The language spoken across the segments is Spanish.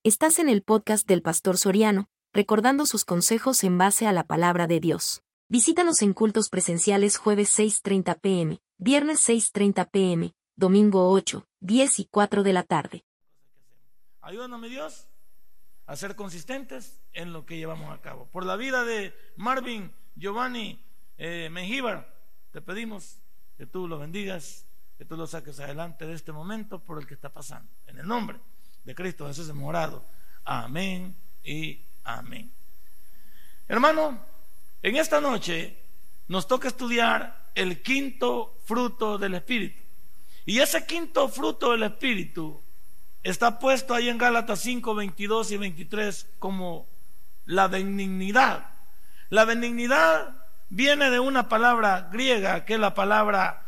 Estás en el podcast del Pastor Soriano, recordando sus consejos en base a la palabra de Dios. Visítanos en cultos presenciales jueves 6:30 p.m., viernes 6:30 p.m., domingo 8, 10 y 4 de la tarde. Ayúdanos, mi Dios, a ser consistentes en lo que llevamos a cabo. Por la vida de Marvin Giovanni Mengíbar, te pedimos que tú lo bendigas, que tú lo saques adelante de este momento por el que está pasando. En el nombre de Cristo Jesús hemos orado. Amén y amén. Hermano, en esta noche nos toca estudiar el quinto fruto del Espíritu. Y ese quinto fruto del Espíritu está puesto ahí en Gálatas 5, 22 y 23 como la benignidad. La benignidad viene de una palabra griega que es la palabra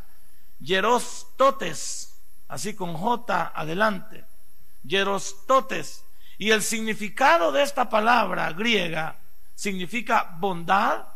gerostotes, así con J adelante. Gerostotes, y el significado de esta palabra griega significa bondad,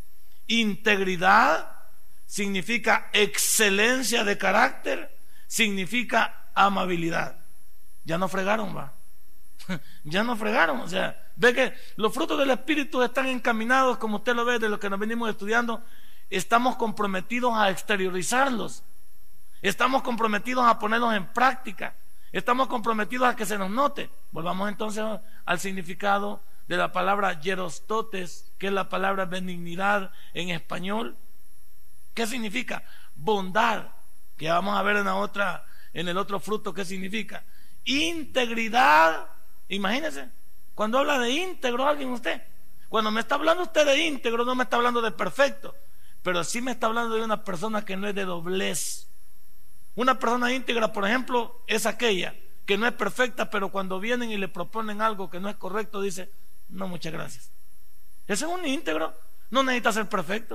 integridad, significa excelencia de carácter, significa amabilidad. Ya no fregaron, va. Ya no fregaron. O sea, ve que los frutos del Espíritu están encaminados, como usted lo ve de lo que nos venimos estudiando. Estamos comprometidos a exteriorizarlos, estamos comprometidos a ponerlos en práctica, estamos comprometidos a que se nos note. Volvamos entonces al significado de la palabra gerostotes, que es la palabra benignidad en español. ¿Qué significa? Bondad, que ya vamos a ver en el otro fruto qué significa. Integridad. Imagínense, cuando habla de íntegro alguien, usted, cuando me está hablando usted de íntegro, no me está hablando de perfecto, pero sí me está hablando de una persona que no es de doblez. Una persona íntegra, por ejemplo, es aquella que no es perfecta, pero cuando vienen y le proponen algo que no es correcto, dice: no, muchas gracias. Ese es un íntegro, no necesita ser perfecto.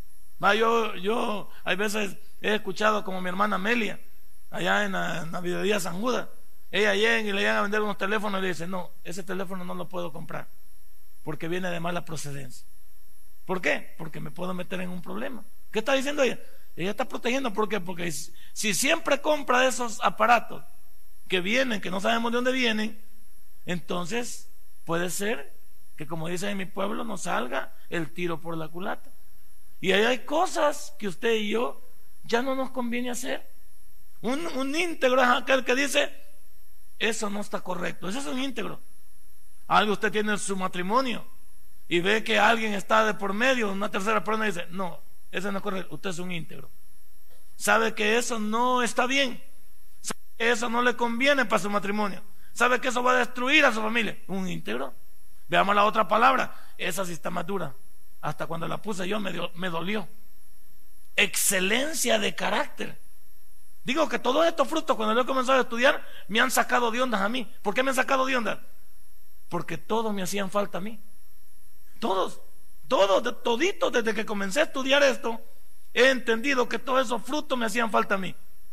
Yo hay veces he escuchado como mi hermana Amelia, allá en la videodía San Judas, ella llega y le llegan a vender unos teléfonos y le dice: no, ese teléfono no lo puedo comprar porque viene de mala procedencia. ¿Por qué? Porque me puedo meter en un problema. ¿Qué está diciendo ella? Ella está protegiendo. ¿Por qué? Porque si siempre compra esos aparatos que vienen, que no sabemos de dónde vienen, entonces puede ser que, como dicen en mi pueblo, nos salga el tiro por la culata. Y ahí hay cosas que usted y yo ya no nos conviene hacer. Un íntegro es aquel que dice: eso no está correcto. Ese es un íntegro. Algo usted tiene en su matrimonio y ve que alguien está de por medio, una tercera persona, y dice: no, eso no es correcto. Usted es un íntegro. Sabe que eso no está bien, sabe que eso no le conviene para su matrimonio, sabe que eso va a destruir a su familia. Un íntegro. Veamos la otra palabra. Esa sí está más dura. Hasta cuando la puse yo me dolió. Excelencia de carácter. Digo que todos estos frutos, cuando yo he comenzado a estudiar, me han sacado de ondas a mí. ¿Por qué me han sacado de ondas? Porque todos me hacían falta a mí. Toditos, desde que comencé a estudiar esto, he entendido que todos esos frutos me hacían falta a mí.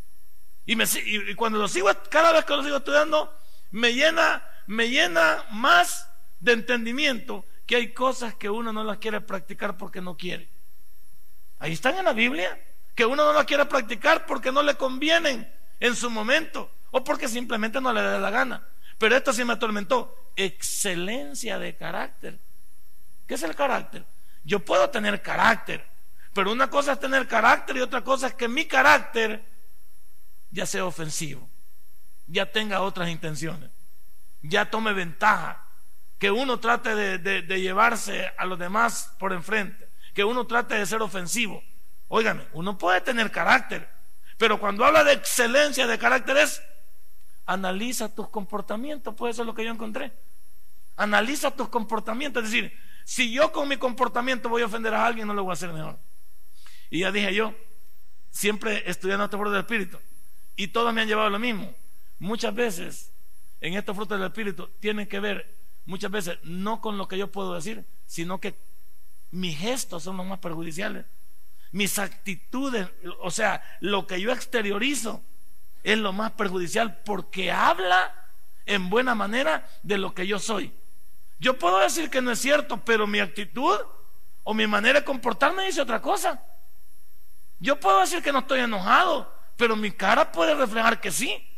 Y cuando los sigo, cada vez que los sigo estudiando, me llena más de entendimiento que hay cosas que uno no las quiere practicar porque no quiere. Ahí están en la Biblia, que uno no las quiere practicar porque no le convienen en su momento, o porque simplemente no le da la gana. Pero esto sí me atormentó. Excelencia de carácter. ¿Qué es el carácter? Yo puedo tener carácter, pero una cosa es tener carácter y otra cosa es que mi carácter ya sea ofensivo, ya tenga otras intenciones, ya tome ventaja, que uno trate de llevarse a los demás por enfrente, que uno trate de ser ofensivo. Óigame, uno puede tener carácter, pero cuando habla de excelencia de carácter es: analiza tus comportamientos. Pues eso es lo que yo encontré. Analiza tus comportamientos. Es decir, si yo con mi comportamiento voy a ofender a alguien, no lo voy a hacer mejor. Y ya dije yo, siempre estudiando este fruto del Espíritu, y todos me han llevado a lo mismo. Muchas veces en estos frutos del Espíritu tienen que ver, muchas veces, no con lo que yo puedo decir, sino que mis gestos son los más perjudiciales. Mis actitudes, o sea, lo que yo exteriorizo es lo más perjudicial, porque habla en buena manera de lo que yo soy. Yo puedo decir que no es cierto, pero mi actitud o mi manera de comportarme dice otra cosa. Yo puedo decir que no estoy enojado, pero mi cara puede reflejar que sí.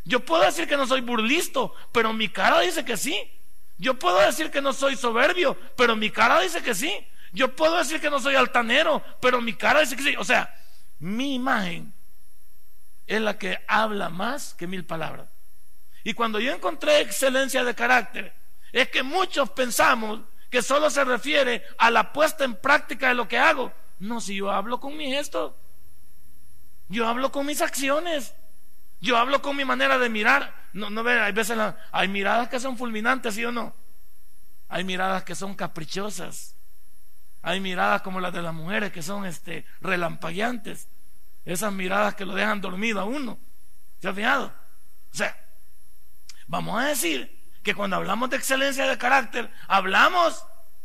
Yo puedo decir que no soy burlisto, pero mi cara dice que sí. Yo puedo decir que no soy soberbio, pero mi cara dice que sí. Yo puedo decir que no soy altanero, pero mi cara dice que sí. O sea, mi imagen es la que habla más que 1000 palabras. Y cuando yo encontré excelencia de carácter, es que muchos pensamos que solo se refiere a la puesta en práctica de lo que hago. No, si yo hablo con mis gestos, yo hablo con mis acciones, yo hablo con mi manera de mirar. No ve, hay veces hay miradas que son fulminantes, ¿sí o no? Hay miradas que son caprichosas. Hay miradas como las de las mujeres que son relampagueantes. Esas miradas que lo dejan dormido a uno. ¿Se ha fijado? O sea, vamos a decir que cuando hablamos de excelencia de carácter, hablamos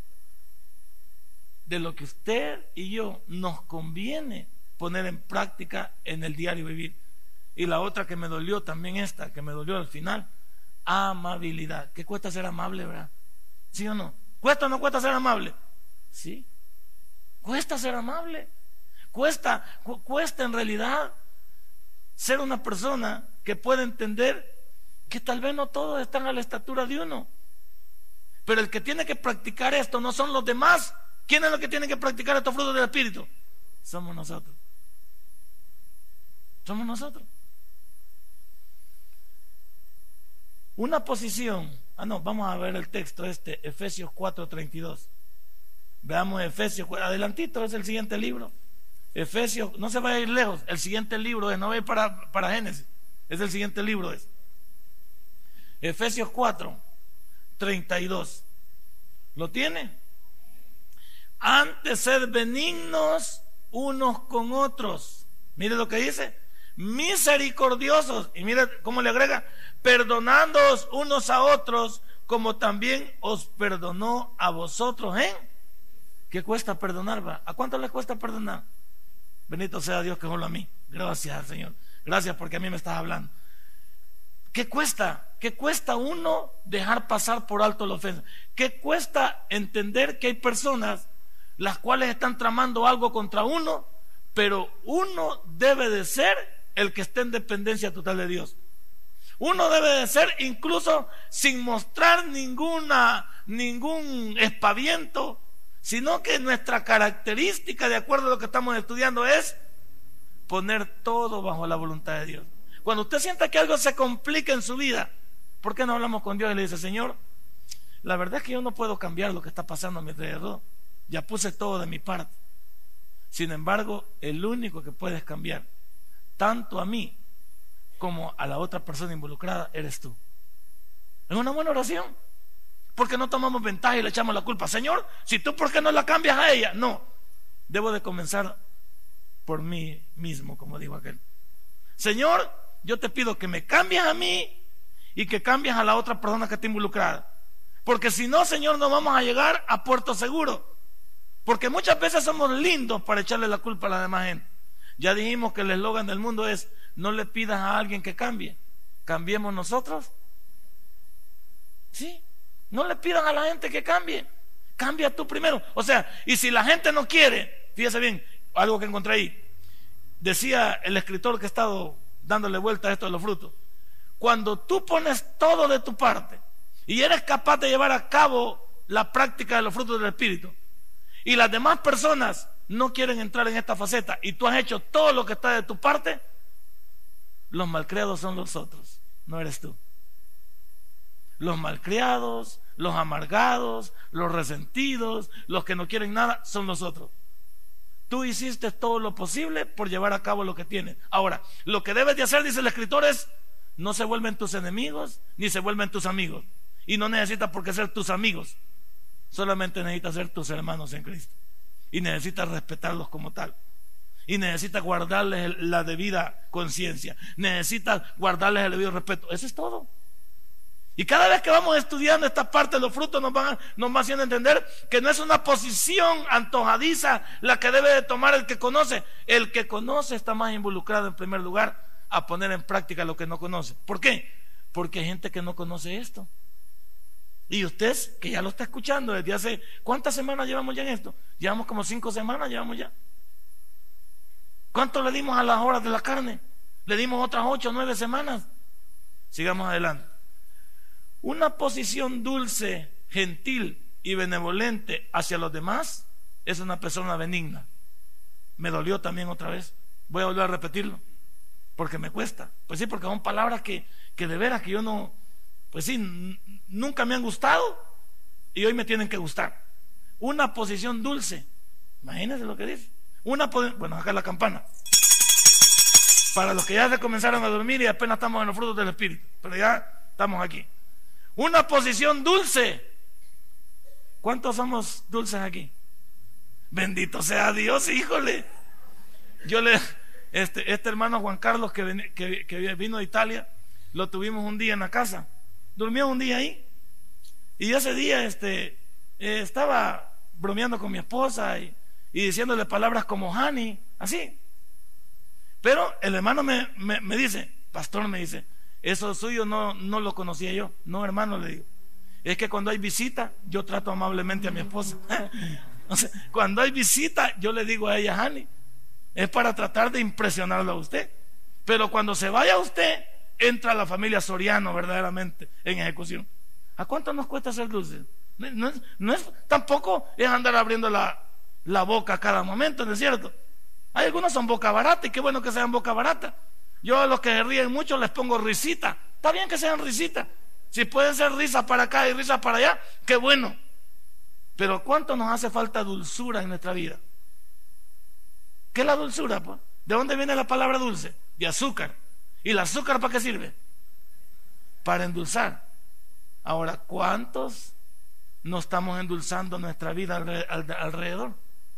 de lo que usted y yo nos conviene poner en práctica en el diario vivir. Y la otra que me dolió también, esta que me dolió al final, amabilidad. ¿Qué cuesta ser amable, verdad? ¿Sí o no? ¿Cuesta o no cuesta ser amable? Sí, cuesta ser amable. Cuesta en realidad ser una persona que puede entender que tal vez no todos están a la estatura de uno, pero el que tiene que practicar esto no son los demás. ¿Quién es el que tiene que practicar estos frutos del Espíritu? Somos nosotros. Somos nosotros. Una posición. Vamos a ver el texto Efesios 4:32. Veamos Efesios, adelantito, es el siguiente libro. Efesios, no se va a ir lejos, el siguiente libro no va a ir para Génesis, es el siguiente libro. Efesios 4:32. ¿Lo tiene? Antes sed benignos unos con otros. Mire lo que dice: misericordiosos. Y mire cómo le agrega: perdonándoos unos a otros, como también os perdonó a vosotros. ¿Qué cuesta perdonar? ¿Va? ¿A cuánto le cuesta perdonar? Bendito sea Dios que solo a mí. Gracias, Señor. Gracias porque a mí me estás hablando. ¿Qué cuesta? ¿Qué cuesta uno dejar pasar por alto la ofensa? ¿Qué cuesta entender que hay personas las cuales están tramando algo contra uno, pero uno debe de ser el que esté en dependencia total de Dios? Uno debe de ser, incluso sin mostrar ningún espaviento, sino que nuestra característica, de acuerdo a lo que estamos estudiando, es poner todo bajo la voluntad de Dios. Cuando usted sienta que algo se complica en su vida, ¿por qué no hablamos con Dios y le dice: Señor, la verdad es que yo no puedo cambiar lo que está pasando a mi alrededor, ya puse todo de mi parte, sin embargo el único que puedes cambiar tanto a mí como a la otra persona involucrada eres tú? Es una buena oración, porque no tomamos ventaja y le echamos la culpa: Señor, si tú, ¿por qué no la cambias a ella? No, debo de comenzar por mí mismo, como dijo aquel. Señor, yo te pido que me cambies a mí y que cambies a la otra persona que está involucrada, porque si no, Señor, no vamos a llegar a puerto seguro, porque muchas veces somos lindos para echarle la culpa a la demás gente. Ya dijimos que el eslogan del mundo es: no le pidas a alguien que cambie, cambiemos nosotros. Sí, no le pidan a la gente que cambie, cambia tú primero. O sea, y si la gente no quiere, fíjese bien, algo que encontré ahí. Decía el escritor que ha estado dándole vuelta a esto de los frutos: cuando tú pones todo de tu parte y eres capaz de llevar a cabo la práctica de los frutos del Espíritu, y las demás personas no quieren entrar en esta faceta, y tú has hecho todo lo que está de tu parte, los malcriados son los otros, no eres tú. Los malcriados, los amargados, los resentidos, los que no quieren nada, son los otros. Tú hiciste todo lo posible por llevar a cabo lo que tienes. Ahora, lo que debes de hacer, dice el escritor, es: no se vuelven tus enemigos ni se vuelven tus amigos. Y no necesitas por qué ser tus amigos, solamente necesitas ser tus hermanos en Cristo, y necesitas respetarlos como tal, y necesitas guardarles la debida conciencia, necesitas guardarles el debido respeto. Eso es todo. Y cada vez que vamos estudiando esta parte de los frutos, nos va haciendo entender que no es una posición antojadiza la que debe de tomar el que conoce. El que conoce está más involucrado, en primer lugar, a poner en práctica lo que no conoce. ¿Por qué? Porque hay gente que no conoce esto. Y usted, que ya lo está escuchando desde hace, ¿cuántas semanas llevamos ya en esto? Llevamos como 5 semanas, llevamos ya. ¿Cuánto le dimos a las horas de la carne? Le dimos otras 8 o 9 semanas. Sigamos adelante. Una posición dulce, gentil y benevolente hacia los demás es una persona benigna. Me dolió también otra vez. Voy a volver a repetirlo porque me cuesta. Pues sí, porque son palabras que de veras que yo no, pues sí, nunca me han gustado y hoy me tienen que gustar. Una posición dulce. Imagínense lo que dice. Bueno, acá la campana. Para los que ya se comenzaron a dormir y apenas estamos en los frutos del Espíritu, pero ya estamos aquí. Una posición dulce. ¿Cuántos somos dulces aquí? Bendito sea Dios, híjole. Este hermano Juan Carlos que vino de Italia, lo tuvimos un día en la casa. Durmió un día ahí. Y ese día estaba bromeando con mi esposa y diciéndole palabras como honey, así. Pero el hermano me dice, pastor, me dice, eso suyo no lo conocía yo. No, hermano, le digo, es que cuando hay visita yo trato amablemente a mi esposa. O sea, cuando hay visita yo le digo a ella honey, es para tratar de impresionarlo a usted. Pero cuando se vaya usted, entra la familia Soriano verdaderamente en ejecución. ¿A cuánto nos cuesta ser dulces? Tampoco es andar abriendo la boca a cada momento, ¿no es cierto? Hay algunos son boca barata y qué bueno que sean boca barata. Yo a los que se ríen mucho les pongo risita. Está bien que sean risita. Si pueden ser risa para acá y risa para allá, qué bueno. Pero ¿cuánto nos hace falta dulzura en nuestra vida? ¿Qué es la dulzura, pues? ¿De dónde viene la palabra dulce? De azúcar. ¿Y el azúcar para qué sirve? Para endulzar. Ahora, ¿cuántos no estamos endulzando nuestra vida alrededor?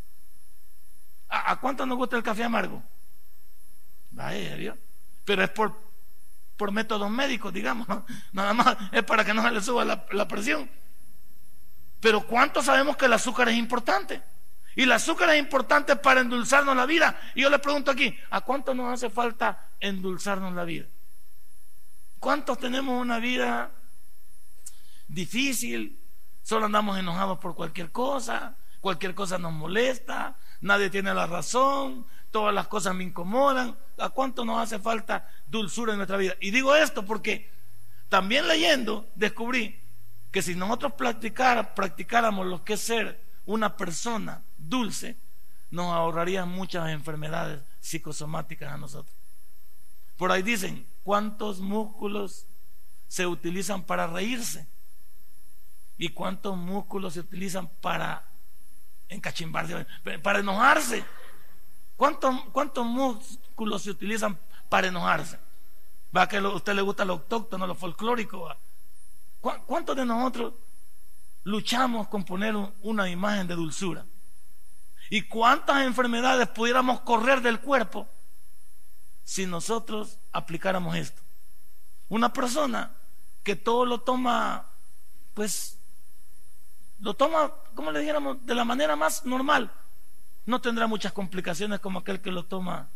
¿A cuántos nos gusta el café amargo? Vaya, ¿vio? Pero es por métodos médicos, digamos, ¿no? Nada más es para que no se le suba la presión. Pero ¿cuántos sabemos que el azúcar es importante? Y el azúcar es importante para endulzarnos la vida. Y yo le pregunto aquí, ¿a cuántos nos hace falta endulzarnos la vida? ¿Cuántos tenemos una vida difícil? Solo andamos enojados por cualquier cosa nos molesta, nadie tiene la razón, todas las cosas me incomodan. ¿A cuánto nos hace falta dulzura en nuestra vida? Y digo esto porque también leyendo descubrí que si nosotros practicáramos lo que es ser una persona dulce, nos ahorraría muchas enfermedades psicosomáticas a nosotros. Por ahí dicen, ¿cuántos músculos se utilizan para reírse? ¿Y cuántos músculos se utilizan para encachimbarse, para enojarse? ¿Cuántos músculos se utilizan para enojarse? ¿Va que a usted le gusta lo autóctono, lo folclórico? ¿Va? ¿Cuántos de nosotros luchamos con poner una imagen de dulzura? ¿Y cuántas enfermedades pudiéramos correr del cuerpo si nosotros aplicáramos esto? Una persona que todo lo toma, pues lo toma, como le dijéramos, de la manera más normal, no tendrá muchas complicaciones como aquel que lo toma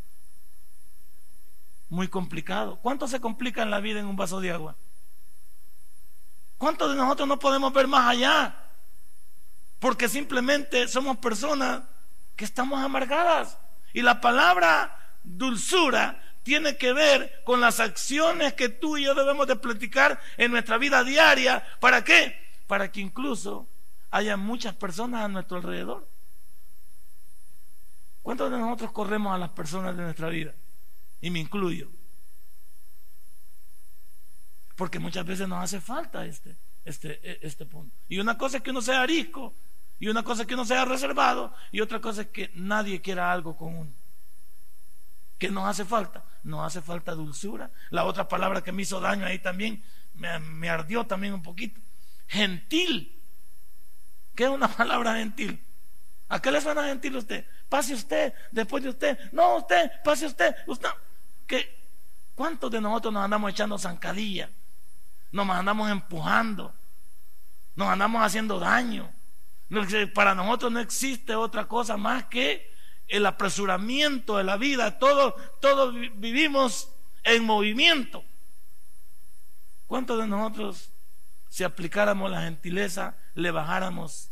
muy complicado. ¿Cuánto se complica en la vida en un vaso de agua? ¿Cuántos de nosotros no podemos ver más allá? Porque simplemente somos personas que estamos amargadas. Y la palabra dulzura tiene que ver con las acciones que tú y yo debemos de practicar en nuestra vida diaria. ¿Para qué? Para que incluso haya muchas personas a nuestro alrededor. ¿Cuántos de nosotros corremos a las personas de nuestra vida? Y me incluyo. Porque muchas veces nos hace falta este punto. Y una cosa es que uno sea arisco, y una cosa es que uno sea reservado, y otra cosa es que nadie quiera algo con uno. ¿Qué nos hace falta? Nos hace falta dulzura. La otra palabra que me hizo daño ahí también, me ardió también un poquito. Gentil. ¿Qué es una palabra gentil? ¿A qué le suena gentil a usted? Pase usted, después de usted. No, usted, pase usted. ¿Cuántos de nosotros nos andamos echando zancadilla? Nos andamos empujando, nos andamos haciendo daño. Para nosotros no existe otra cosa más que el apresuramiento de la vida. Todos vivimos en movimiento. ¿Cuántos de nosotros, si aplicáramos la gentileza, le bajamos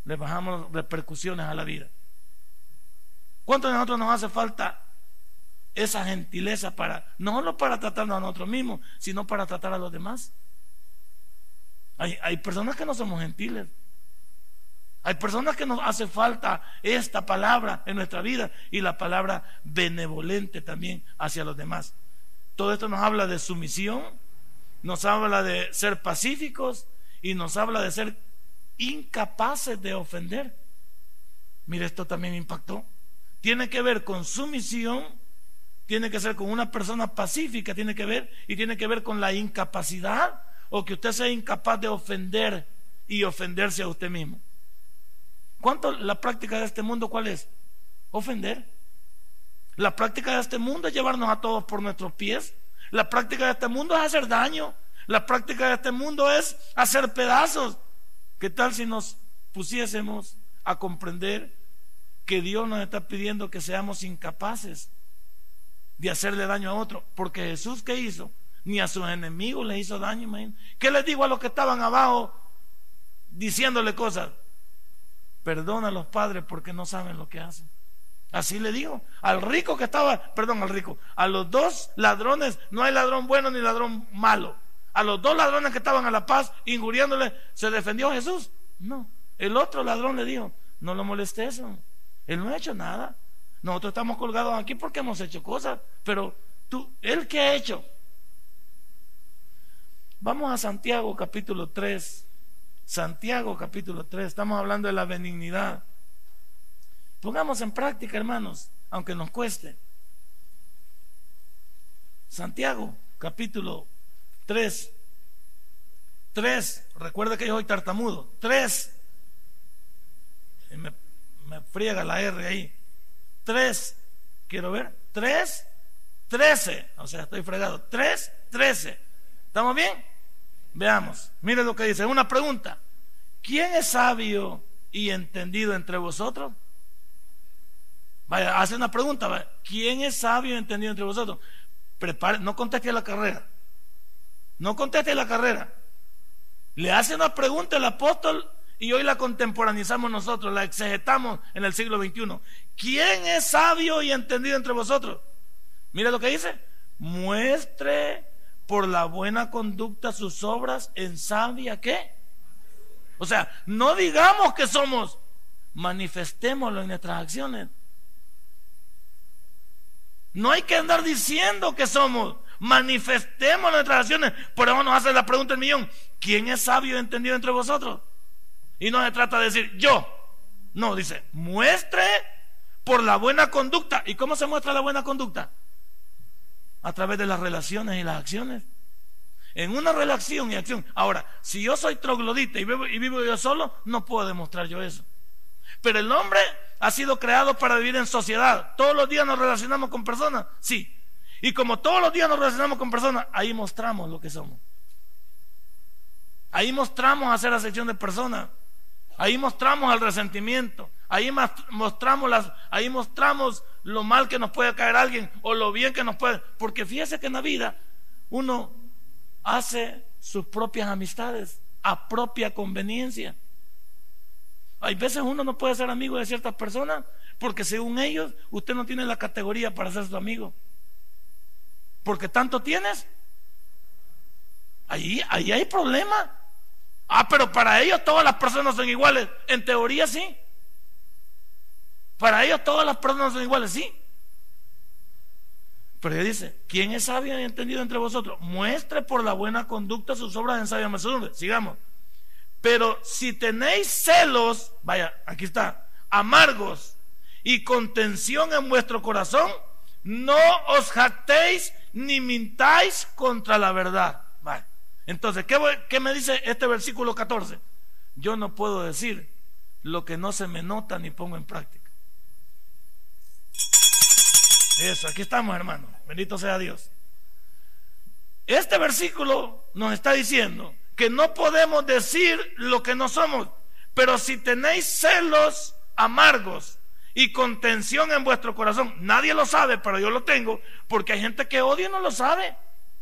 repercusiones a la vida? ¿Cuántos de nosotros nos hace falta esa gentileza no solo para tratarnos a nosotros mismos, sino para tratar a los demás. Hay personas que no somos gentiles. Hay personas que nos hace falta esta palabra en nuestra vida, y la palabra benevolente también hacia los demás. Todo esto nos habla de sumisión, nos habla de ser pacíficos y nos habla de ser incapaces de ofender. Mire, esto también me impactó. Tiene que ver con sumisión, tiene que ser con una persona pacífica, tiene que ver con la incapacidad, o que usted sea incapaz de ofender y ofenderse a usted mismo. ¿Cuánto la práctica de este mundo cuál es? Ofender. La práctica de este mundo es llevarnos a todos por nuestros pies. La práctica de este mundo es hacer daño. La práctica de este mundo es hacer pedazos. ¿Qué tal si nos pusiésemos a comprender que Dios nos está pidiendo que seamos incapaces de hacerle daño a otro? Porque Jesús, ¿qué hizo? Ni a sus enemigos les hizo daño. Imagínate. ¿Qué les digo a los que estaban abajo diciéndole cosas? Perdona a los padres porque no saben lo que hacen. Así le digo al rico que estaba, a los dos ladrones, no hay ladrón bueno ni ladrón malo. A los dos ladrones que estaban a la paz injuriándole, ¿se defendió Jesús? No. El otro ladrón le dijo: no lo molestes, él no ha hecho nada. Nosotros estamos colgados aquí porque hemos hecho cosas, pero ¿él qué ha hecho? Vamos a Santiago capítulo 3. Santiago capítulo 3, estamos hablando de la benignidad. Pongamos en práctica, hermanos, aunque nos cueste. Santiago capítulo 3. Recuerda que yo soy tartamudo. 3. Me friega la R ahí. 3. Quiero ver. 3:13. O sea, estoy fregado. 3:13. ¿Estamos bien? Veamos, mire lo que dice, una pregunta: ¿quién es sabio y entendido entre vosotros? Vaya, hace una pregunta, vaya. ¿Quién es sabio y entendido entre vosotros? No conteste la carrera. No conteste la carrera. Le hace una pregunta el apóstol y hoy la contemporaneizamos nosotros, la exegetamos en el siglo XXI. ¿Quién es sabio y entendido entre vosotros? Mire lo que dice: muestre por la buena conducta sus obras en sabia ¿qué? O sea, no digamos que somos, manifestémoslo en nuestras acciones. No hay que andar diciendo que somos, manifestemos en nuestras acciones. Por eso nos hace la pregunta del millón: ¿quién es sabio y entendido entre vosotros? Y no se trata de decir yo, no, dice muestre por la buena conducta. ¿Y cómo se muestra la buena conducta? A través de las relaciones y las acciones. En una relación y acción. Ahora, si yo soy troglodita y vivo yo solo, no puedo demostrar yo eso. Pero el hombre ha sido creado para vivir en sociedad. Todos los días nos relacionamos con personas, sí. Y como todos los días nos relacionamos con personas, ahí mostramos lo que somos. Ahí mostramos hacer acepción de personas. Ahí mostramos el resentimiento. Ahí mostramos lo mal que nos puede caer alguien o lo bien que nos puede. Porque fíjese que en la vida uno hace sus propias amistades a propia conveniencia. Hay veces uno no puede ser amigo de ciertas personas porque según ellos usted no tiene la categoría para ser su amigo. Porque tanto tienes, ahí hay problema. Pero para ellos todas las personas son iguales. En teoría sí. Para ellos todas las personas son iguales, sí. Pero ella dice: ¿quién es sabio y entendido entre vosotros? Muestre por la buena conducta sus obras en sabia mansedumbre. Sigamos. Pero si tenéis celos, vaya, aquí está, amargos y contención en vuestro corazón, no os jactéis ni mintáis contra la verdad. Vale. Entonces, ¿qué me dice este versículo 14? Yo no puedo decir lo que no se me nota ni pongo en práctica. Eso, aquí estamos, hermanos. Bendito sea Dios. Este versículo nos está diciendo que no podemos decir lo que no somos. Pero si tenéis celos amargos y contención en vuestro corazón, nadie lo sabe, pero yo lo tengo, porque hay gente que odia y no lo sabe.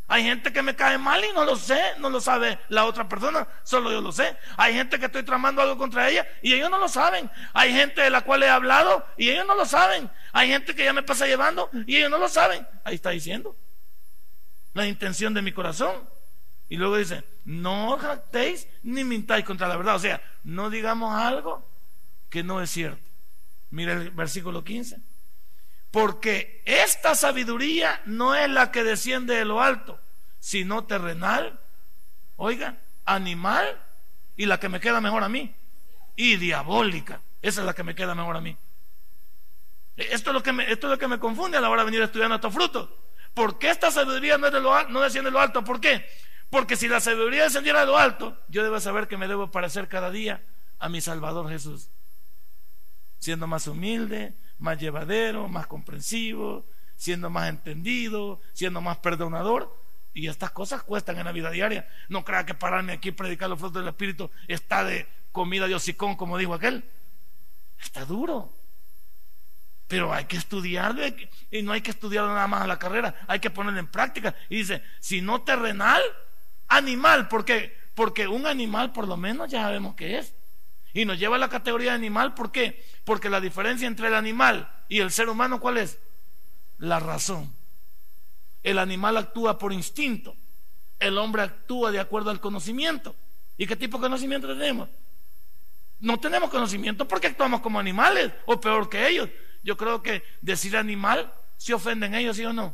Hay gente que me cae mal y no lo sé, no lo sabe la otra persona, solo yo lo sé. Hay gente que estoy tramando algo contra ella y ellos no lo saben. Hay gente de la cual he hablado y ellos no lo saben. Hay gente que ya me pasa llevando y ellos no lo saben. Ahí está diciendo la intención de mi corazón. Y luego dice, no jactéis ni mintáis contra la verdad. O sea, no digamos algo que no es cierto. Mira el versículo 15. Porque esta sabiduría no es la que desciende de lo alto, sino terrenal, oiga, animal, y la que me queda mejor a mí, y diabólica. Esa es la que me queda mejor a mí. Esto es lo que me confunde a la hora de venir estudiando estos frutos. Porque esta sabiduría no desciende de lo alto. ¿Por qué? Porque si la sabiduría descendiera de lo alto, yo debo saber que me debo parecer cada día a mi Salvador Jesús, siendo más humilde, más llevadero, más comprensivo, siendo más entendido, siendo más perdonador. Y estas cosas cuestan en la vida diaria. No crea que pararme aquí y predicar los frutos del Espíritu está de comida de hocicón, como dijo aquel. Está duro, pero hay que estudiarlo, y no hay que estudiarlo nada más a la carrera, hay que ponerlo en práctica. Y dice, si no terrenal, animal. ¿Por qué? Porque un animal por lo menos ya sabemos qué es, y nos lleva a la categoría de animal. ¿Por qué? Porque la diferencia entre el animal y el ser humano, ¿cuál es? La razón. El animal actúa por instinto, el hombre actúa de acuerdo al conocimiento. ¿Y qué tipo de conocimiento tenemos? No tenemos conocimiento porque actuamos como animales, o peor que ellos. Yo creo que decir animal, se ofenden ellos, ¿sí o no?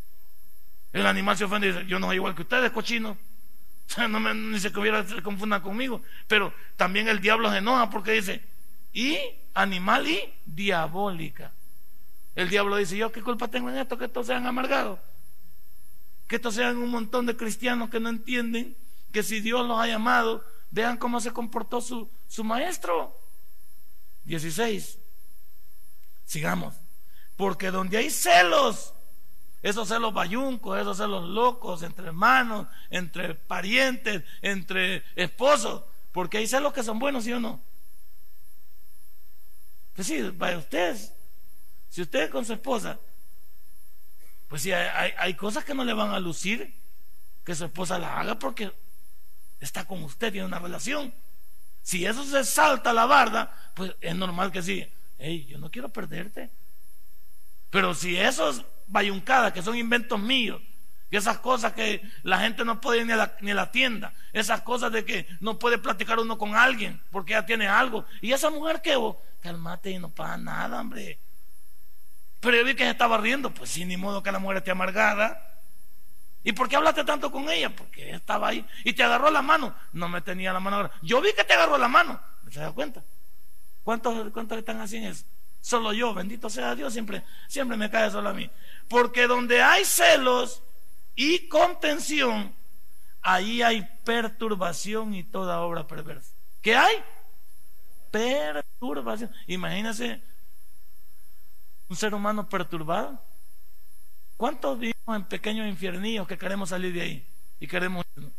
El animal se ofende y dice, yo no soy igual que ustedes, cochinos. Ni se confundan conmigo. Pero también el diablo se enoja porque dice, y animal y diabólica. El diablo dice, yo qué culpa tengo en esto, que estos sean amargados, que estos sean un montón de cristianos que no entienden que si Dios los ha llamado, vean cómo se comportó su maestro. 16. Sigamos. Porque donde hay celos, esos celos bayuncos, esos celos locos entre hermanos, entre parientes, entre esposos, porque hay celos que son buenos, ¿sí o no? Pues sí, vaya ustedes, si usted con su esposa, pues sí, hay cosas que no le van a lucir que su esposa las haga porque está con usted, tiene una relación. Si eso se salta a la barda, pues es normal que sí, hey, yo no quiero perderte. Pero si esos bayuncadas que son inventos míos, y esas cosas que la gente no puede ir ni a la tienda, esas cosas de que no puede platicar uno con alguien porque ya tiene algo, y esa mujer que vos, calmate y no pasa nada, hombre. Pero yo vi que se estaba riendo, pues sí, ni modo que la mujer esté amargada. ¿Y por qué hablaste tanto con ella? Porque ella estaba ahí y te agarró la mano. No me tenía la mano ahora. Yo vi que te agarró la mano. ¿Se da cuenta? ¿Cuántos están haciendo eso? Solo yo, bendito sea Dios, siempre me cae solo a mí. Porque donde hay celos y contención, ahí hay perturbación y toda obra perversa. ¿Qué hay? Perturbación. Imagínense un ser humano perturbado. ¿Cuántos vivimos en pequeños infiernillos que queremos salir de ahí y queremos irnos?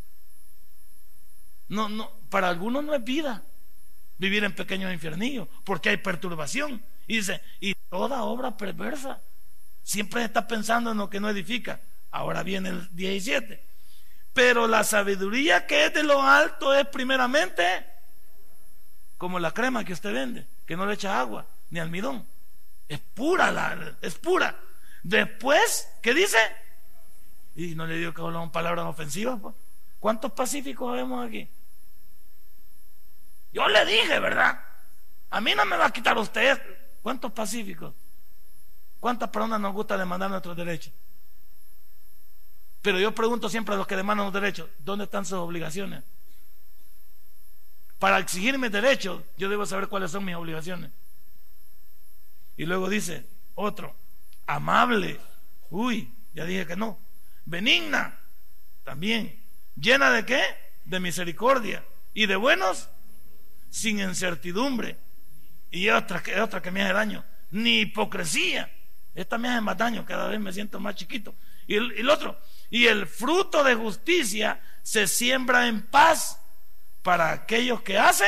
No, para algunos no es vida vivir en pequeños infiernillos porque hay perturbación. Y dice, y toda obra perversa. Siempre está pensando en lo que no edifica. Ahora viene el 17. Pero la sabiduría que es de lo alto es primeramente como la crema que usted vende, que no le echa agua ni almidón. Es pura, es pura. Después, ¿qué dice? Y no le digo que hablan palabras ofensivas, pues. ¿Cuántos pacíficos vemos aquí? Yo le dije, ¿verdad? A mí no me va a quitar usted. ¿Cuántos pacíficos? ¿Cuántas personas nos gusta demandar nuestros derechos? Pero yo pregunto siempre a los que demandan los derechos, ¿dónde están sus obligaciones? Para exigir mis derechos, yo debo saber cuáles son mis obligaciones. Y luego dice otro, amable, uy, ya dije que no, benigna, también, llena de ¿qué? De misericordia y de buenos, sin incertidumbre. Y otra que me hace daño, ni hipocresía. Esta me hace más daño, cada vez me siento más chiquito. Y el otro, y el fruto de justicia se siembra en paz para aquellos que hacen.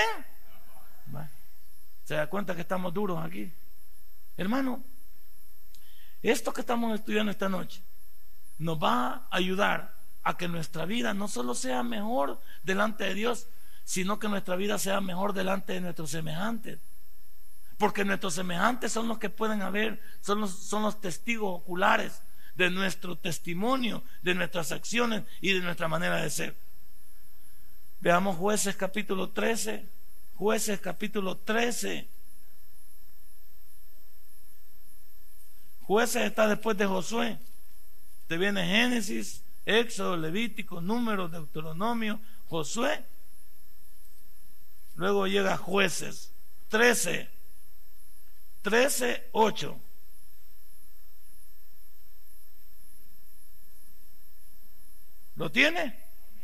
¿Se da cuenta que estamos duros aquí? Hermano, esto que estamos estudiando esta noche nos va a ayudar a que nuestra vida no solo sea mejor delante de Dios, sino que nuestra vida sea mejor delante de nuestros semejantes. Porque nuestros semejantes son los que pueden haber, son los testigos oculares de nuestro testimonio, de nuestras acciones y de nuestra manera de ser. Veamos Jueces capítulo 13. Jueces capítulo 13. Jueces está después de Josué. Te viene Génesis, Éxodo, Levítico, Números, Deuteronomio, Josué. Luego llega Jueces 13, 8. ¿Lo tiene?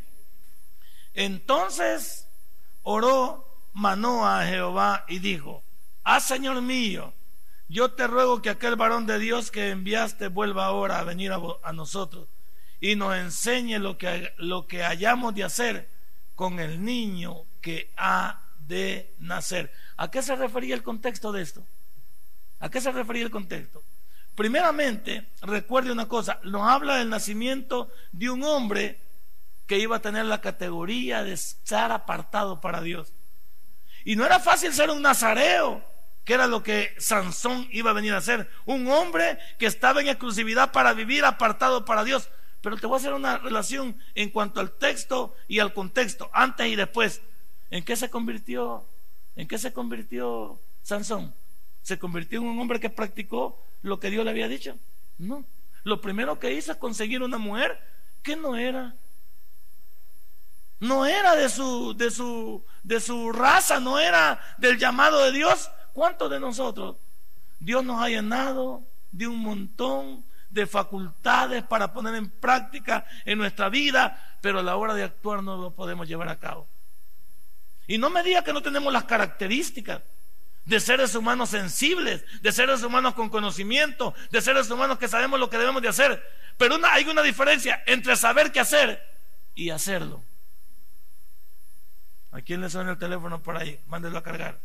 Entonces oró Manoa a Jehová y dijo: Señor mío, yo te ruego que aquel varón de Dios que enviaste vuelva ahora a venir a nosotros y nos enseñe lo que hayamos de hacer con el niño que ha de nacer. ¿A qué se refería el contexto de esto? ¿A qué se refería el contexto? Primeramente, recuerde una cosa, nos habla del nacimiento de un hombre que iba a tener la categoría de estar apartado para Dios. Y no era fácil ser un nazareo, que era lo que Sansón iba a venir a ser, un hombre que estaba en exclusividad para vivir apartado para Dios. Pero te voy a hacer una relación en cuanto al texto y al contexto, antes y después. ¿En qué se convirtió Sansón? ¿Se convirtió en un hombre que practicó lo que Dios le había dicho? No. Lo primero que hizo es conseguir una mujer que no era de su raza, no era del llamado de Dios. ¿Cuántos de nosotros Dios nos ha llenado de un montón de facultades para poner en práctica en nuestra vida, pero a la hora de actuar no lo podemos llevar a cabo? Y no me diga que no tenemos las características de seres humanos sensibles, de seres humanos con conocimiento, de seres humanos que sabemos lo que debemos de hacer. Pero hay una diferencia entre saber qué hacer y hacerlo. ¿A quién le suena el teléfono por ahí? Mándelo a cargar.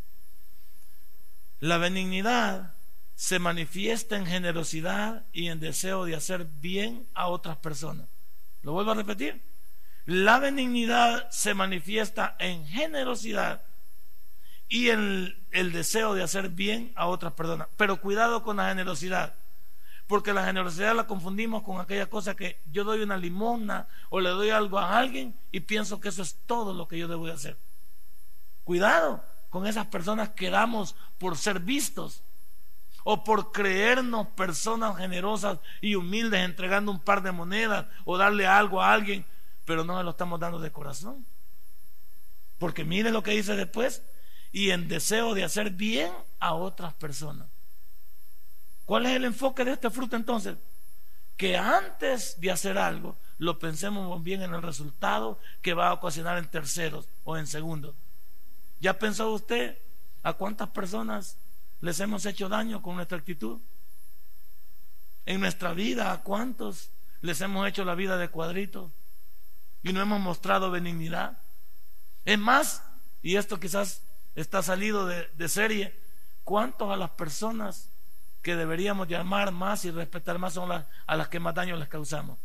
La benignidad se manifiesta en generosidad y en deseo de hacer bien a otras personas. Lo vuelvo a repetir. La benignidad se manifiesta en generosidad y en el deseo de hacer bien a otras personas. Pero cuidado con la generosidad, porque la generosidad la confundimos con aquella cosa que yo doy una limosna o le doy algo a alguien y pienso que eso es todo lo que yo debo de hacer. Cuidado con esas personas que damos por ser vistos o por creernos personas generosas y humildes, entregando un par de monedas o darle algo a alguien, pero no se lo estamos dando de corazón. Porque mire lo que dice después: y en deseo de hacer bien a otras personas. ¿Cuál es el enfoque de este fruto entonces? Que antes de hacer algo lo pensemos bien en el resultado que va a ocasionar en terceros o en segundos. ¿Ya pensó usted a cuántas personas les hemos hecho daño con nuestra actitud? En nuestra vida, ¿a cuántos les hemos hecho la vida de cuadritos y no hemos mostrado benignidad? Es más, y esto quizás está salido de serie, ¿cuántos a las personas que deberíamos llamar más y respetar más son a las que más daño les causamos?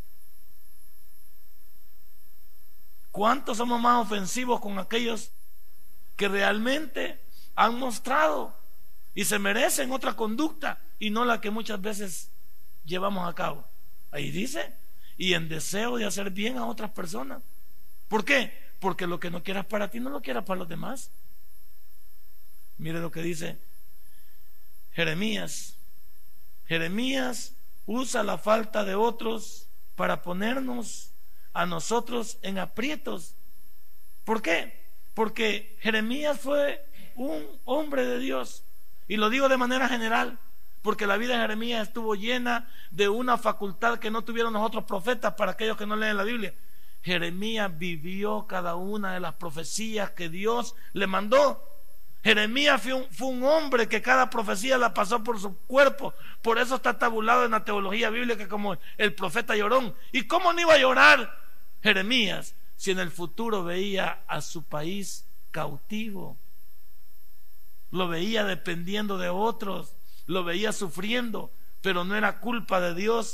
¿Cuántos somos más ofensivos con aquellos que realmente han mostrado y se merecen otra conducta y no la que muchas veces llevamos a cabo? Ahí dice: y en deseo de hacer bien a otras personas. ¿Por qué? Porque lo que no quieras para ti no lo quieras para los demás. Mire lo que dice Jeremías. Jeremías usa la falta de otros para ponernos a nosotros en aprietos. ¿Por qué? Porque Jeremías fue un hombre de Dios, y lo digo de manera general, porque la vida de Jeremías estuvo llena de una facultad que no tuvieron los otros profetas. Para aquellos que no leen la Biblia, Jeremías vivió cada una de las profecías que Dios le mandó. Jeremías fue un hombre que cada profecía la pasó por su cuerpo. Por eso está tabulado en la teología bíblica como el profeta llorón. ¿Y cómo no iba a llorar Jeremías si en el futuro veía a su país cautivo? Lo veía dependiendo de otros, lo veía sufriendo, pero no era culpa de Dios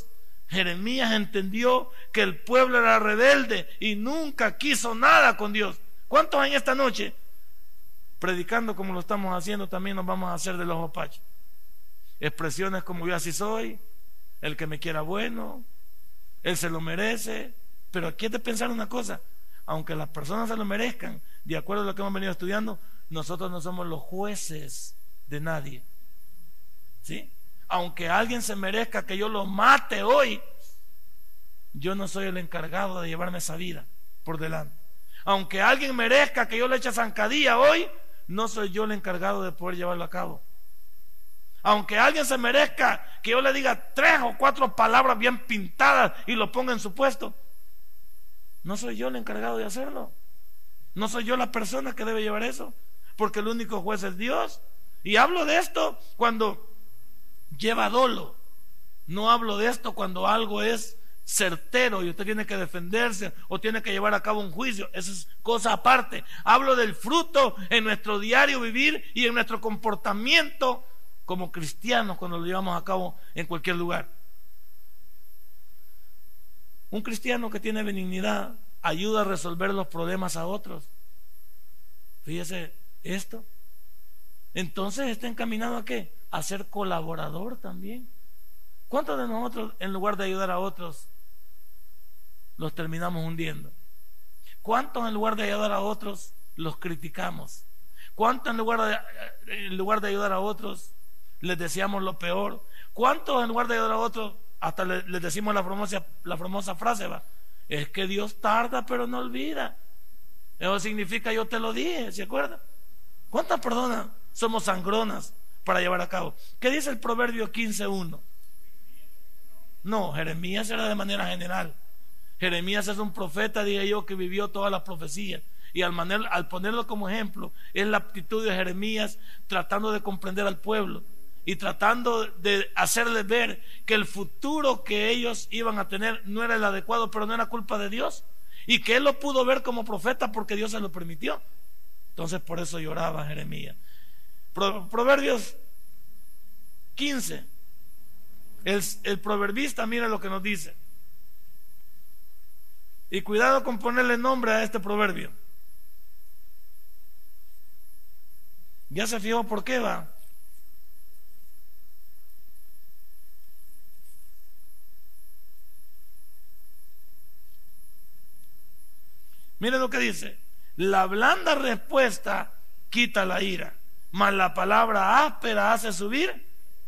Jeremías entendió que el pueblo era rebelde y nunca quiso nada con Dios. ¿Cuántos en esta noche, predicando como lo estamos haciendo, también nos vamos a hacer de los opachos? Expresiones como yo así soy, el que me quiera bueno, él se lo merece. Pero aquí es de pensar una cosa: aunque las personas se lo merezcan, de acuerdo a lo que hemos venido estudiando, nosotros no somos los jueces de nadie, ¿sí? Aunque alguien se merezca que yo lo mate hoy, yo no soy el encargado de llevarme esa vida por delante. Aunque alguien merezca que yo le eche zancadilla hoy, no soy yo el encargado de poder llevarlo a cabo. Aunque alguien se merezca que yo le diga 3 o 4 palabras bien pintadas y lo ponga en su puesto, no soy yo el encargado de hacerlo. No soy yo la persona que debe llevar eso, porque el único juez es Dios. Y hablo de esto cuando lleva dolo. No hablo de esto cuando algo es certero y usted tiene que defenderse o tiene que llevar a cabo un juicio. Eso es cosa aparte. Hablo del fruto en nuestro diario vivir y en nuestro comportamiento como cristianos cuando lo llevamos a cabo en cualquier lugar. Un cristiano que tiene benignidad ayuda a resolver los problemas a otros. Fíjese esto. Entonces está encaminado ¿a qué? A ser colaborador también. ¿Cuántos de nosotros, en lugar de ayudar a otros, los terminamos hundiendo? ¿Cuántos, en lugar de ayudar a otros, los criticamos? ¿Cuántos, en lugar de ayudar a otros, les deseamos lo peor? ¿Cuántos, en lugar de ayudar a otros, hasta les decimos la famosa frase, va? Es que Dios tarda pero no olvida. Eso significa yo te lo dije, ¿se acuerdan? ¿Cuántas personas somos sangronas para llevar a cabo? ¿Qué dice el Proverbio 15:1? No, Jeremías era de manera general. Jeremías es un profeta, dije yo, que vivió toda la profecía. Y al ponerlo como ejemplo, es la actitud de Jeremías tratando de comprender al pueblo y tratando de hacerles ver que el futuro que ellos iban a tener no era el adecuado, pero no era culpa de Dios, y que él lo pudo ver como profeta porque Dios se lo permitió. Entonces por eso lloraba Jeremías. Proverbios 15. El proverbista, mira lo que nos dice. Y cuidado con ponerle nombre a este proverbio. ¿Ya se fijó por qué va? Mire lo que dice: la blanda respuesta quita la ira, mas la palabra áspera hace subir.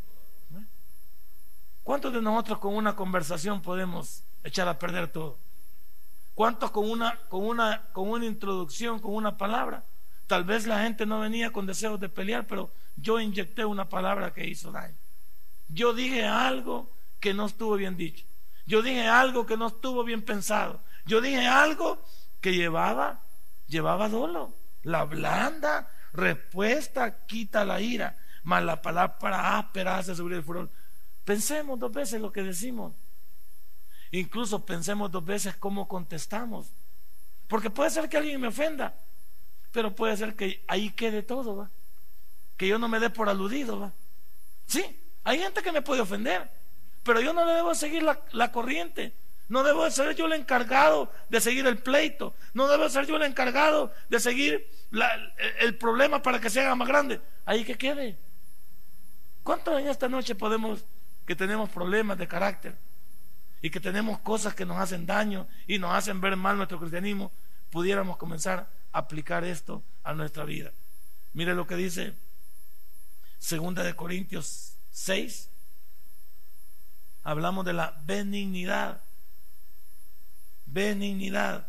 ¿Cuántos de nosotros con una conversación podemos echar a perder todo? ¿Cuántos con una introducción, con una palabra? Tal vez la gente no venía con deseos de pelear, pero yo inyecté una palabra que hizo daño. Yo dije algo que no estuvo bien dicho. Yo dije algo que no estuvo bien pensado. Yo dije algo que llevaba dolo. La blanda respuesta quita la ira, mas la palabra áspera hace subir el furor. Pensemos 2 veces lo que decimos. Incluso pensemos 2 veces cómo contestamos, porque puede ser que alguien me ofenda, pero puede ser que ahí quede todo, ¿va? Que yo no me dé por aludido, ¿va? Sí, hay gente que me puede ofender, pero yo no le debo seguir la corriente. No debo ser yo el encargado de seguir el pleito. No debo ser yo el encargado de seguir el problema para que se haga más grande. Ahí que quede. ¿Cuántos en esta noche que tenemos problemas de carácter y que tenemos cosas que nos hacen daño y nos hacen ver mal nuestro cristianismo, pudiéramos comenzar a aplicar esto a nuestra vida? Mire lo que dice 2 de Corintios 6. Hablamos de la benignidad. Benignidad.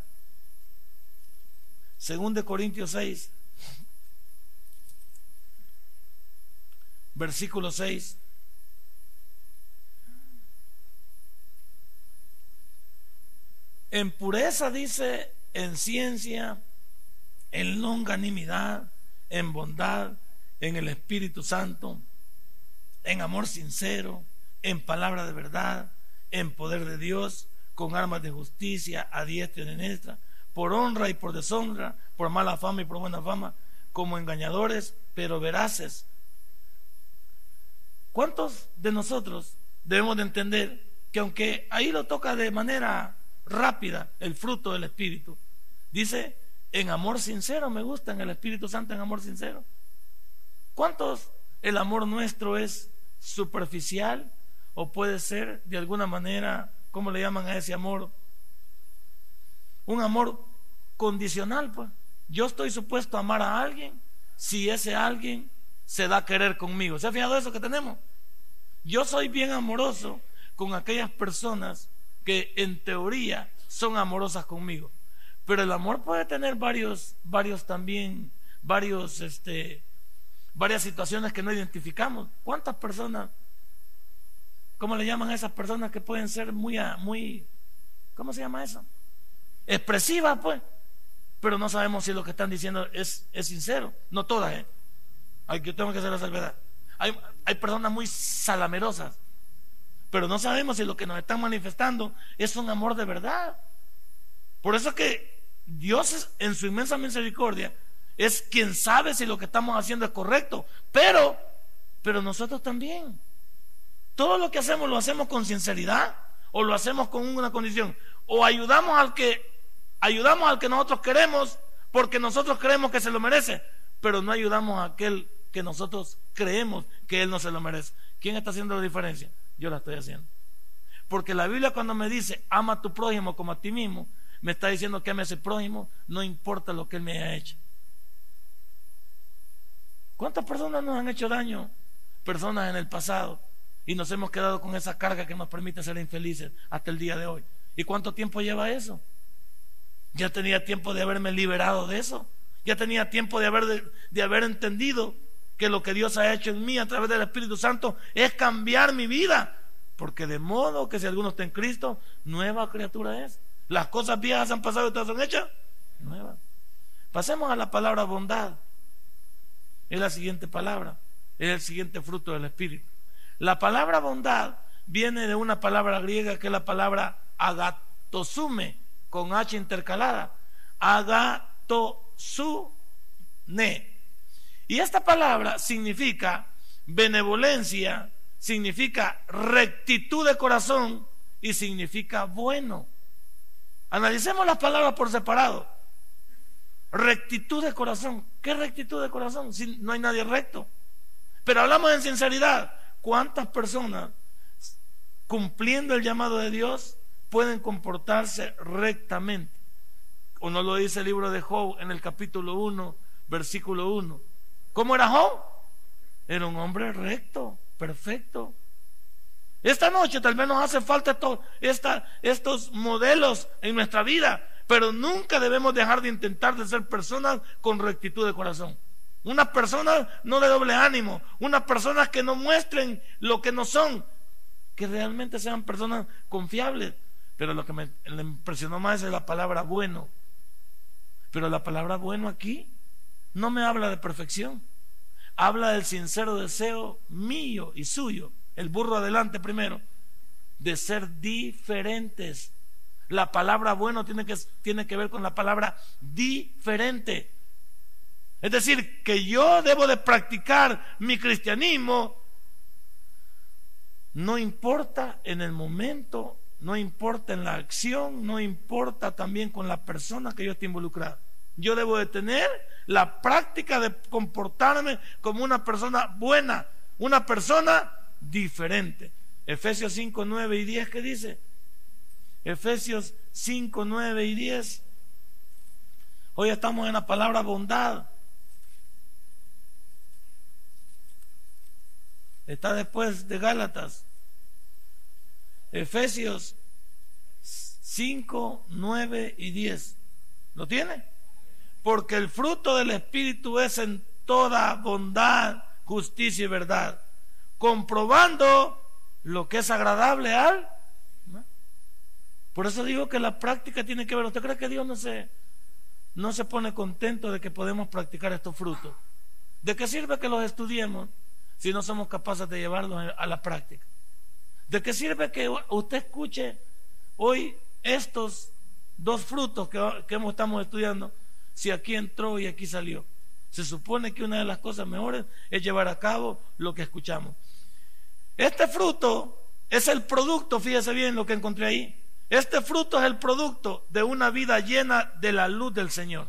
2 de Corintios 6, versículo 6. En pureza, dice, en ciencia, en longanimidad, en bondad, en el Espíritu Santo, en amor sincero, en palabra de verdad, en poder de Dios, con armas de justicia a diestra y siniestra, por honra y por deshonra, por mala fama y por buena fama, como engañadores pero veraces. ¿Cuántos de nosotros debemos de entender que aunque ahí lo toca de manera rápida, el fruto del Espíritu, dice en amor sincero. Me gusta en el Espíritu Santo, en amor sincero. ¿Cuántos el amor nuestro es superficial o puede ser de alguna manera, ¿cómo le llaman a ese amor? Un amor condicional, pues. Yo estoy supuesto a amar a alguien si ese alguien se da a querer conmigo. ¿Se ha fijado eso que tenemos? Yo soy bien amoroso con aquellas personas que en teoría son amorosas conmigo, pero el amor puede tener varias situaciones que no identificamos. ¿Cuántas personas, cómo le llaman a esas personas que pueden ser muy, ¿cómo se llama eso? Expresivas, pues, pero no sabemos si lo que están diciendo es sincero? No todas, yo tengo que hacer la salvedad. Hay personas muy salamerosas, pero no sabemos si lo que nos están manifestando es un amor de verdad. Por eso que Dios, en su inmensa misericordia, es quien sabe si lo que estamos haciendo es correcto, pero nosotros también. Todo lo que hacemos lo hacemos con sinceridad, o lo hacemos con una condición, o ayudamos al que nosotros queremos porque nosotros creemos que se lo merece, pero no ayudamos a aquel que nosotros creemos que él no se lo merece. ¿Quién está haciendo la diferencia? Yo la estoy haciendo. Porque la Biblia, cuando me dice ama a tu prójimo como a ti mismo, me está diciendo que ame a ese prójimo, no importa lo que él me haya hecho. ¿Cuántas personas nos han hecho daño? Personas en el pasado, y nos hemos quedado con esa carga que nos permite ser infelices hasta el día de hoy. ¿Y cuánto tiempo lleva eso? Ya tenía tiempo de haberme liberado de eso. Ya tenía tiempo de haber entendido que lo que Dios ha hecho en mí a través del Espíritu Santo es cambiar mi vida. Porque de modo que si alguno está en Cristo, nueva criatura es. Las cosas viejas han pasado y todas son hechas nuevas. Pasemos a la palabra bondad. Es la siguiente palabra, es el siguiente fruto del Espíritu. La palabra bondad viene de una palabra griega que es la palabra agatosume, con H intercalada. Agatosune. Y esta palabra significa benevolencia, significa rectitud de corazón y significa bueno. Analicemos las palabras por separado. Rectitud de corazón. ¿Qué rectitud de corazón? Si no hay nadie recto. Pero hablamos en sinceridad. ¿Cuántas personas, cumpliendo el llamado de Dios, pueden comportarse rectamente? ¿O no lo dice el libro de Job en el capítulo 1, versículo 1? ¿Cómo era Job? Era un hombre recto, perfecto. Esta noche tal vez nos hace falta estos modelos en nuestra vida, pero nunca debemos dejar de intentar de ser personas con rectitud de corazón. Unas personas no de doble ánimo, unas personas que no muestren lo que no son, que realmente sean personas confiables. Pero lo que me impresionó más es la palabra bueno. Pero la palabra bueno aquí no me habla de perfección, habla del sincero deseo mío y suyo, el burro adelante primero, de ser diferentes. La palabra bueno tiene que ver con la palabra diferente. Es decir, que yo debo de practicar mi cristianismo, no importa en el momento, no importa en la acción, no importa también con la persona que yo esté involucrado. Yo debo de tener la práctica de comportarme como una persona buena, una persona diferente. Efesios 5, 9 y 10, ¿qué dice? Efesios 5, 9 y 10. Hoy estamos en la palabra bondad. Está después de Gálatas. Efesios 5, 9 y 10. ¿Lo tiene? Porque el fruto del Espíritu es en toda bondad, justicia y verdad, comprobando lo que es agradable al. Por eso digo que la práctica tiene que ver. ¿Usted cree que Dios no se pone contento de que podemos practicar estos frutos? ¿De qué sirve que los estudiemos si no somos capaces de llevarlos a la práctica? ¿De qué sirve que usted escuche hoy estos dos frutos que estamos estudiando si aquí entró y aquí salió? Se supone que una de las cosas mejores es llevar a cabo lo que escuchamos. Este fruto es el producto, fíjese bien lo que encontré ahí. Este fruto es el producto de una vida llena de la luz del Señor.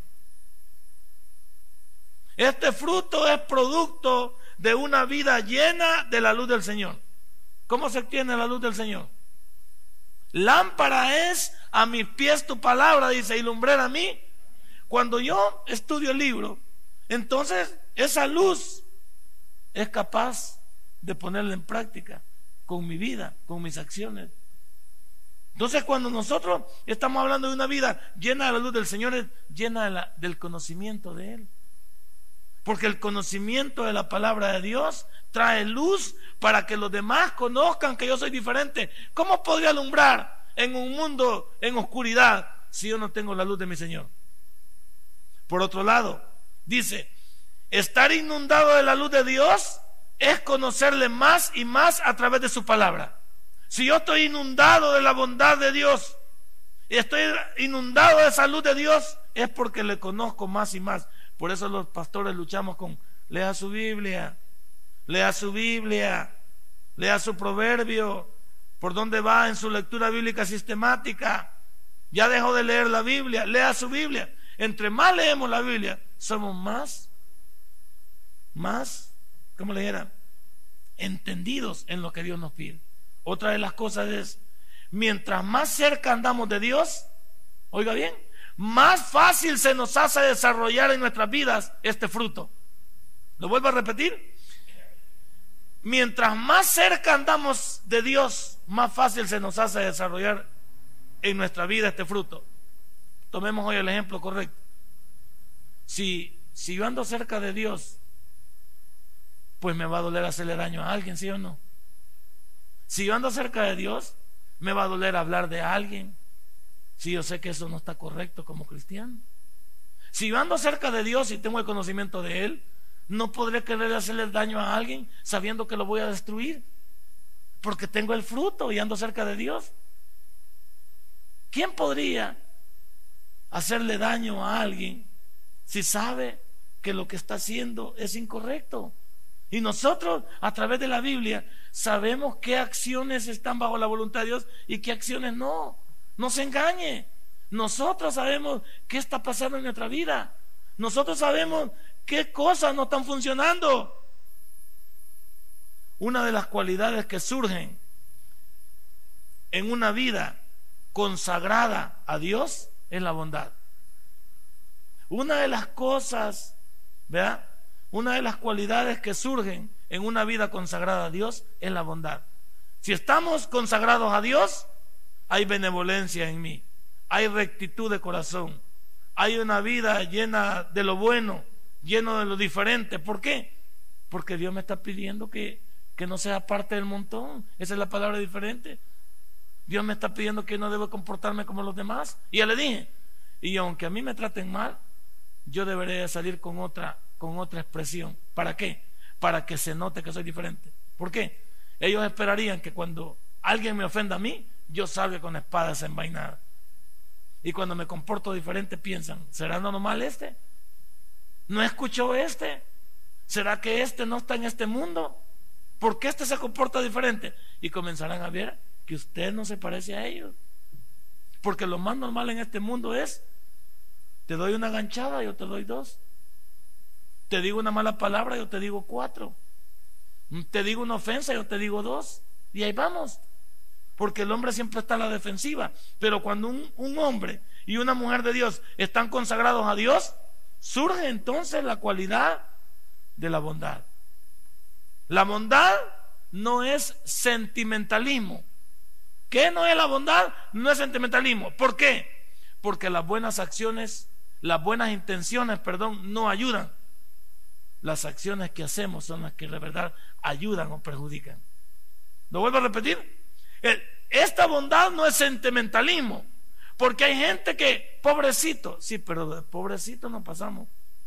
Este fruto es producto de una vida llena de la luz del Señor. ¿Cómo se obtiene la luz del Señor? Lámpara es a mis pies tu palabra, dice, y lumbrera a mí. Cuando yo estudio el libro, entonces esa luz es capaz de ponerla en práctica con mi vida, con mis acciones. Entonces cuando nosotros estamos hablando de una vida llena de la luz del Señor, es llena del conocimiento de Él. Porque el conocimiento de la palabra de Dios trae luz para que los demás conozcan que yo soy diferente. ¿Cómo podría alumbrar en un mundo en oscuridad si yo no tengo la luz de mi Señor? Por otro lado, dice, estar inundado de la luz de Dios es conocerle más y más a través de su palabra. Si yo estoy inundado de la bondad de Dios y estoy inundado de esa luz de Dios, es porque le conozco más y más. Por eso los pastores luchamos con: lea su Biblia, lea su Biblia, lea su proverbio, por dónde va en su lectura bíblica sistemática. Ya dejó de leer la Biblia, lea su Biblia. Entre más leemos la Biblia, somos más, ¿cómo le dijera?, entendidos en lo que Dios nos pide. Otra de las cosas es, mientras más cerca andamos de Dios, oiga bien, más fácil se nos hace desarrollar en nuestras vidas este fruto. Lo vuelvo a repetir. Mientras más cerca andamos de Dios, más fácil se nos hace desarrollar en nuestra vida este fruto. Tomemos hoy el ejemplo correcto. Si yo ando cerca de Dios, pues me va a doler hacerle daño a alguien, ¿sí o no? Si yo ando cerca de Dios, me va a doler hablar de alguien, si yo sé que eso no está correcto como cristiano. Si yo ando cerca de Dios y tengo el conocimiento de Él, no podré querer hacerle daño a alguien sabiendo que lo voy a destruir, porque tengo el fruto y ando cerca de Dios. ¿Quién podría hacerle daño a alguien si sabe que lo que está haciendo es incorrecto? Y nosotros, a través de la Biblia, sabemos qué acciones están bajo la voluntad de Dios y qué acciones no. No se engañe. Nosotros sabemos qué está pasando en nuestra vida. Nosotros sabemos qué cosas no están funcionando. Una de las cualidades que surgen en una vida consagrada a Dios es la bondad. Una de las cosas, ¿verdad?, una de las cualidades que surgen en una vida consagrada a Dios es la bondad. Si estamos consagrados a Dios, hay benevolencia en mí, hay rectitud de corazón, hay una vida llena de lo bueno, lleno de lo diferente. ¿Por qué? Porque Dios me está pidiendo que no sea parte del montón. Esa es la palabra diferente. Dios me está pidiendo que no debo comportarme como los demás. Y ya le dije, y aunque a mí me traten mal, yo debería salir con otra expresión. ¿Para qué? Para que se note que soy diferente. ¿Por qué? Ellos esperarían que cuando alguien me ofenda a mí, yo salga con la espada desenvainada. Y cuando me comporto diferente piensan: ¿será normal este? ¿No escuchó este? ¿Será que este no está en este mundo? ¿Por qué este se comporta diferente? Y comenzarán a ver que usted no se parece a ellos. Porque lo más normal en este mundo es: te doy una ganchada, yo te doy 2. Te digo una mala palabra, yo te digo 4. Te digo una ofensa, yo te digo 2. Y ahí vamos. Porque el hombre siempre está a la defensiva. Pero cuando un hombre y una mujer de Dios están consagrados a Dios, surge entonces la cualidad de la bondad. La bondad no es sentimentalismo. ¿Qué no es la bondad? No es sentimentalismo. ¿Por qué? Porque las buenas acciones, las buenas intenciones, no ayudan. Las acciones que hacemos son las que de verdad ayudan o perjudican. ¿Lo vuelvo a repetir? Esta bondad no es sentimentalismo, porque hay gente que, pobrecito, sí, pero de pobrecito no pasamos.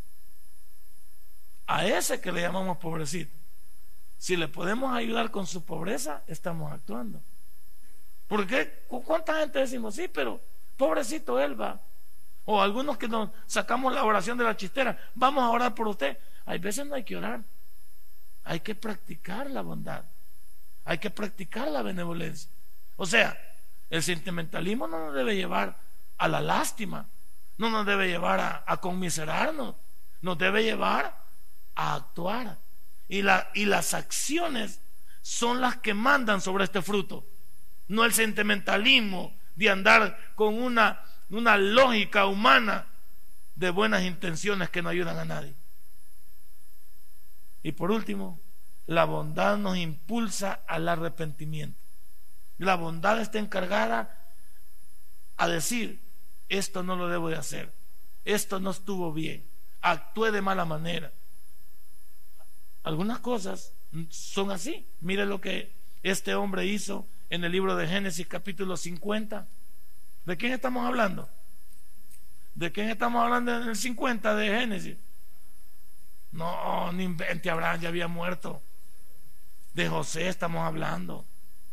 A ese que le llamamos pobrecito, si le podemos ayudar con su pobreza, estamos actuando. Porque ¿cuánta gente decimos? Sí, pero pobrecito él va? O algunos que nos sacamos la oración de la chistera: vamos a orar por usted. Hay veces no hay que orar, hay que practicar la bondad. hay que practicar la benevolencia. O sea, el sentimentalismo no nos debe llevar a la lástima, no nos debe llevar a conmiserarnos, nos debe llevar a actuar. Y las acciones son las que mandan sobre este fruto, no el sentimentalismo de andar con una lógica humana de buenas intenciones que no ayudan a nadie. Y por último, la bondad nos impulsa al arrepentimiento. La bondad está encargada a decir: esto no lo debo de hacer, esto no estuvo bien, actué de mala manera. Algunas cosas son así. Mire lo que este hombre hizo en el libro de Génesis capítulo 50. ¿De quién estamos hablando? ¿De quién estamos hablando en el 50 de Génesis? No, ni invente, Abraham ya había muerto. De José estamos hablando.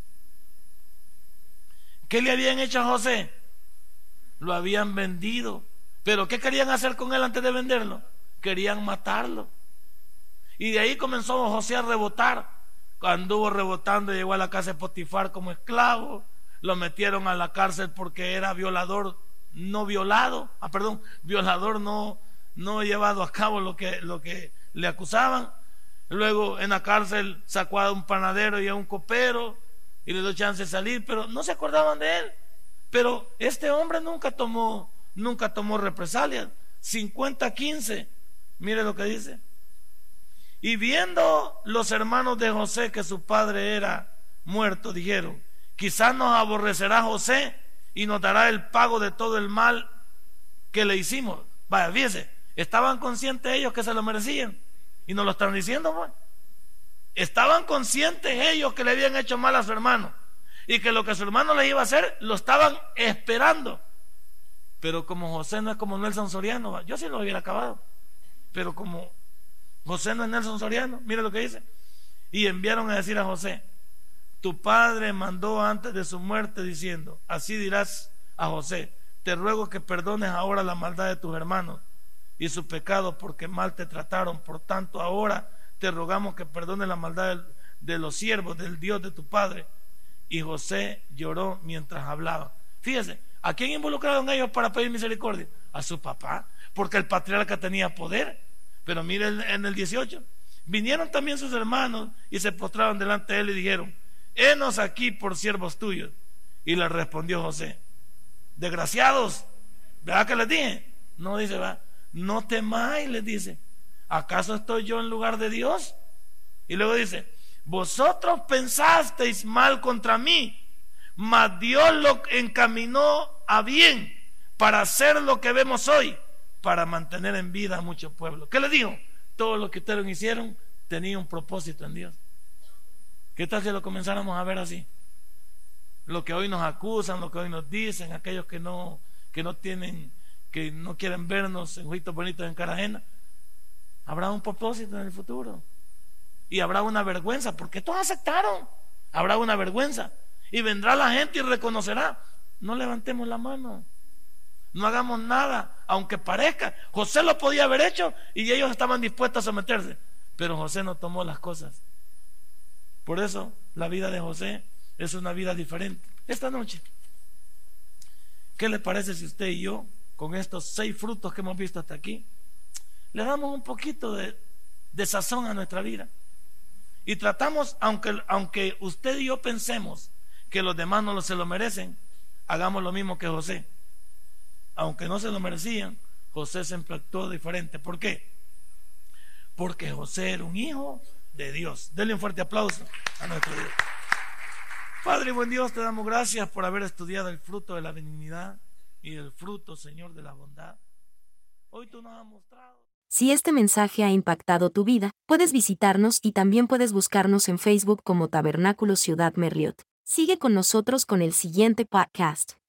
¿Qué le habían hecho a José? Lo habían vendido. ¿Pero qué querían hacer con él antes de venderlo? Querían matarlo. Y de ahí comenzó José a rebotar. Anduvo rebotando, llegó a la casa de Potifar como esclavo. Lo metieron a la cárcel porque era violador no violado. Violador no llevado a cabo lo que le acusaban. Luego en la cárcel sacó a un panadero y a un copero y le dio chance de salir, pero no se acordaban de él. Pero este hombre nunca tomó represalias. 50-15, mire lo que dice. Y viendo los hermanos de José que su padre era muerto, dijeron: quizás nos aborrecerá José y nos dará el pago de todo el mal que le hicimos. Vaya, fíjense, estaban conscientes ellos que se lo merecían y nos lo están diciendo, pues. Estaban conscientes ellos que le habían hecho mal a su hermano y que lo que su hermano les iba a hacer lo estaban esperando. Pero como José no es como Nelson Soriano, yo sí lo hubiera acabado, pero como José no es Nelson Soriano, mire lo que dice. Y enviaron a decir a José: tu padre mandó antes de su muerte diciendo: así dirás a José, te ruego que perdones ahora la maldad de tus hermanos y su pecado, porque mal te trataron. Por tanto, ahora te rogamos que perdones la maldad de los siervos del Dios de tu padre. Y José lloró mientras hablaba. Fíjese, ¿a quién involucraron ellos para pedir misericordia? A su papá, porque el patriarca tenía poder. Pero mire en el 18, vinieron también sus hermanos y se postraron delante de él y dijeron: henos aquí por siervos tuyos. Y le respondió José: desgraciados, ¿verdad que les dije? No, dice, va, no temáis, les dice, ¿acaso estoy yo en lugar de Dios? Y luego dice: vosotros pensasteis mal contra mí, mas Dios lo encaminó a bien para hacer lo que vemos hoy, para mantener en vida a muchos pueblos. ¿Qué le dijo? Todo lo que ustedes hicieron tenía un propósito en Dios. ¿Qué tal si lo comenzáramos a ver así? Lo que hoy nos acusan, lo que hoy nos dicen, aquellos que no quieren vernos en juicios bonitos en cara ajena, habrá un propósito en el futuro. Y habrá una vergüenza, porque todos aceptaron. Habrá una vergüenza. Y vendrá la gente y reconocerá. No levantemos la mano, no hagamos nada, aunque parezca. José lo podía haber hecho y ellos estaban dispuestos a someterse, pero José no tomó las cosas. Por eso la vida de José es una vida diferente. Esta noche, ¿qué le parece si usted y yo, con estos 6 frutos que hemos visto hasta aquí, le damos un poquito de sazón a nuestra vida y tratamos, aunque usted y yo pensemos que los demás no se lo merecen, hagamos lo mismo que José? Aunque no se lo merecían, José siempre actuó diferente. ¿Por qué? Porque José era un hijo de Dios. Denle un fuerte aplauso a nuestro Dios. Padre y buen Dios, te damos gracias por haber estudiado el fruto de la benignidad y el fruto, Señor, de la bondad. Hoy tú nos has mostrado. Si este mensaje ha impactado tu vida, puedes visitarnos y también puedes buscarnos en Facebook como Tabernáculo Ciudad Merliot. Sigue con nosotros con el siguiente podcast.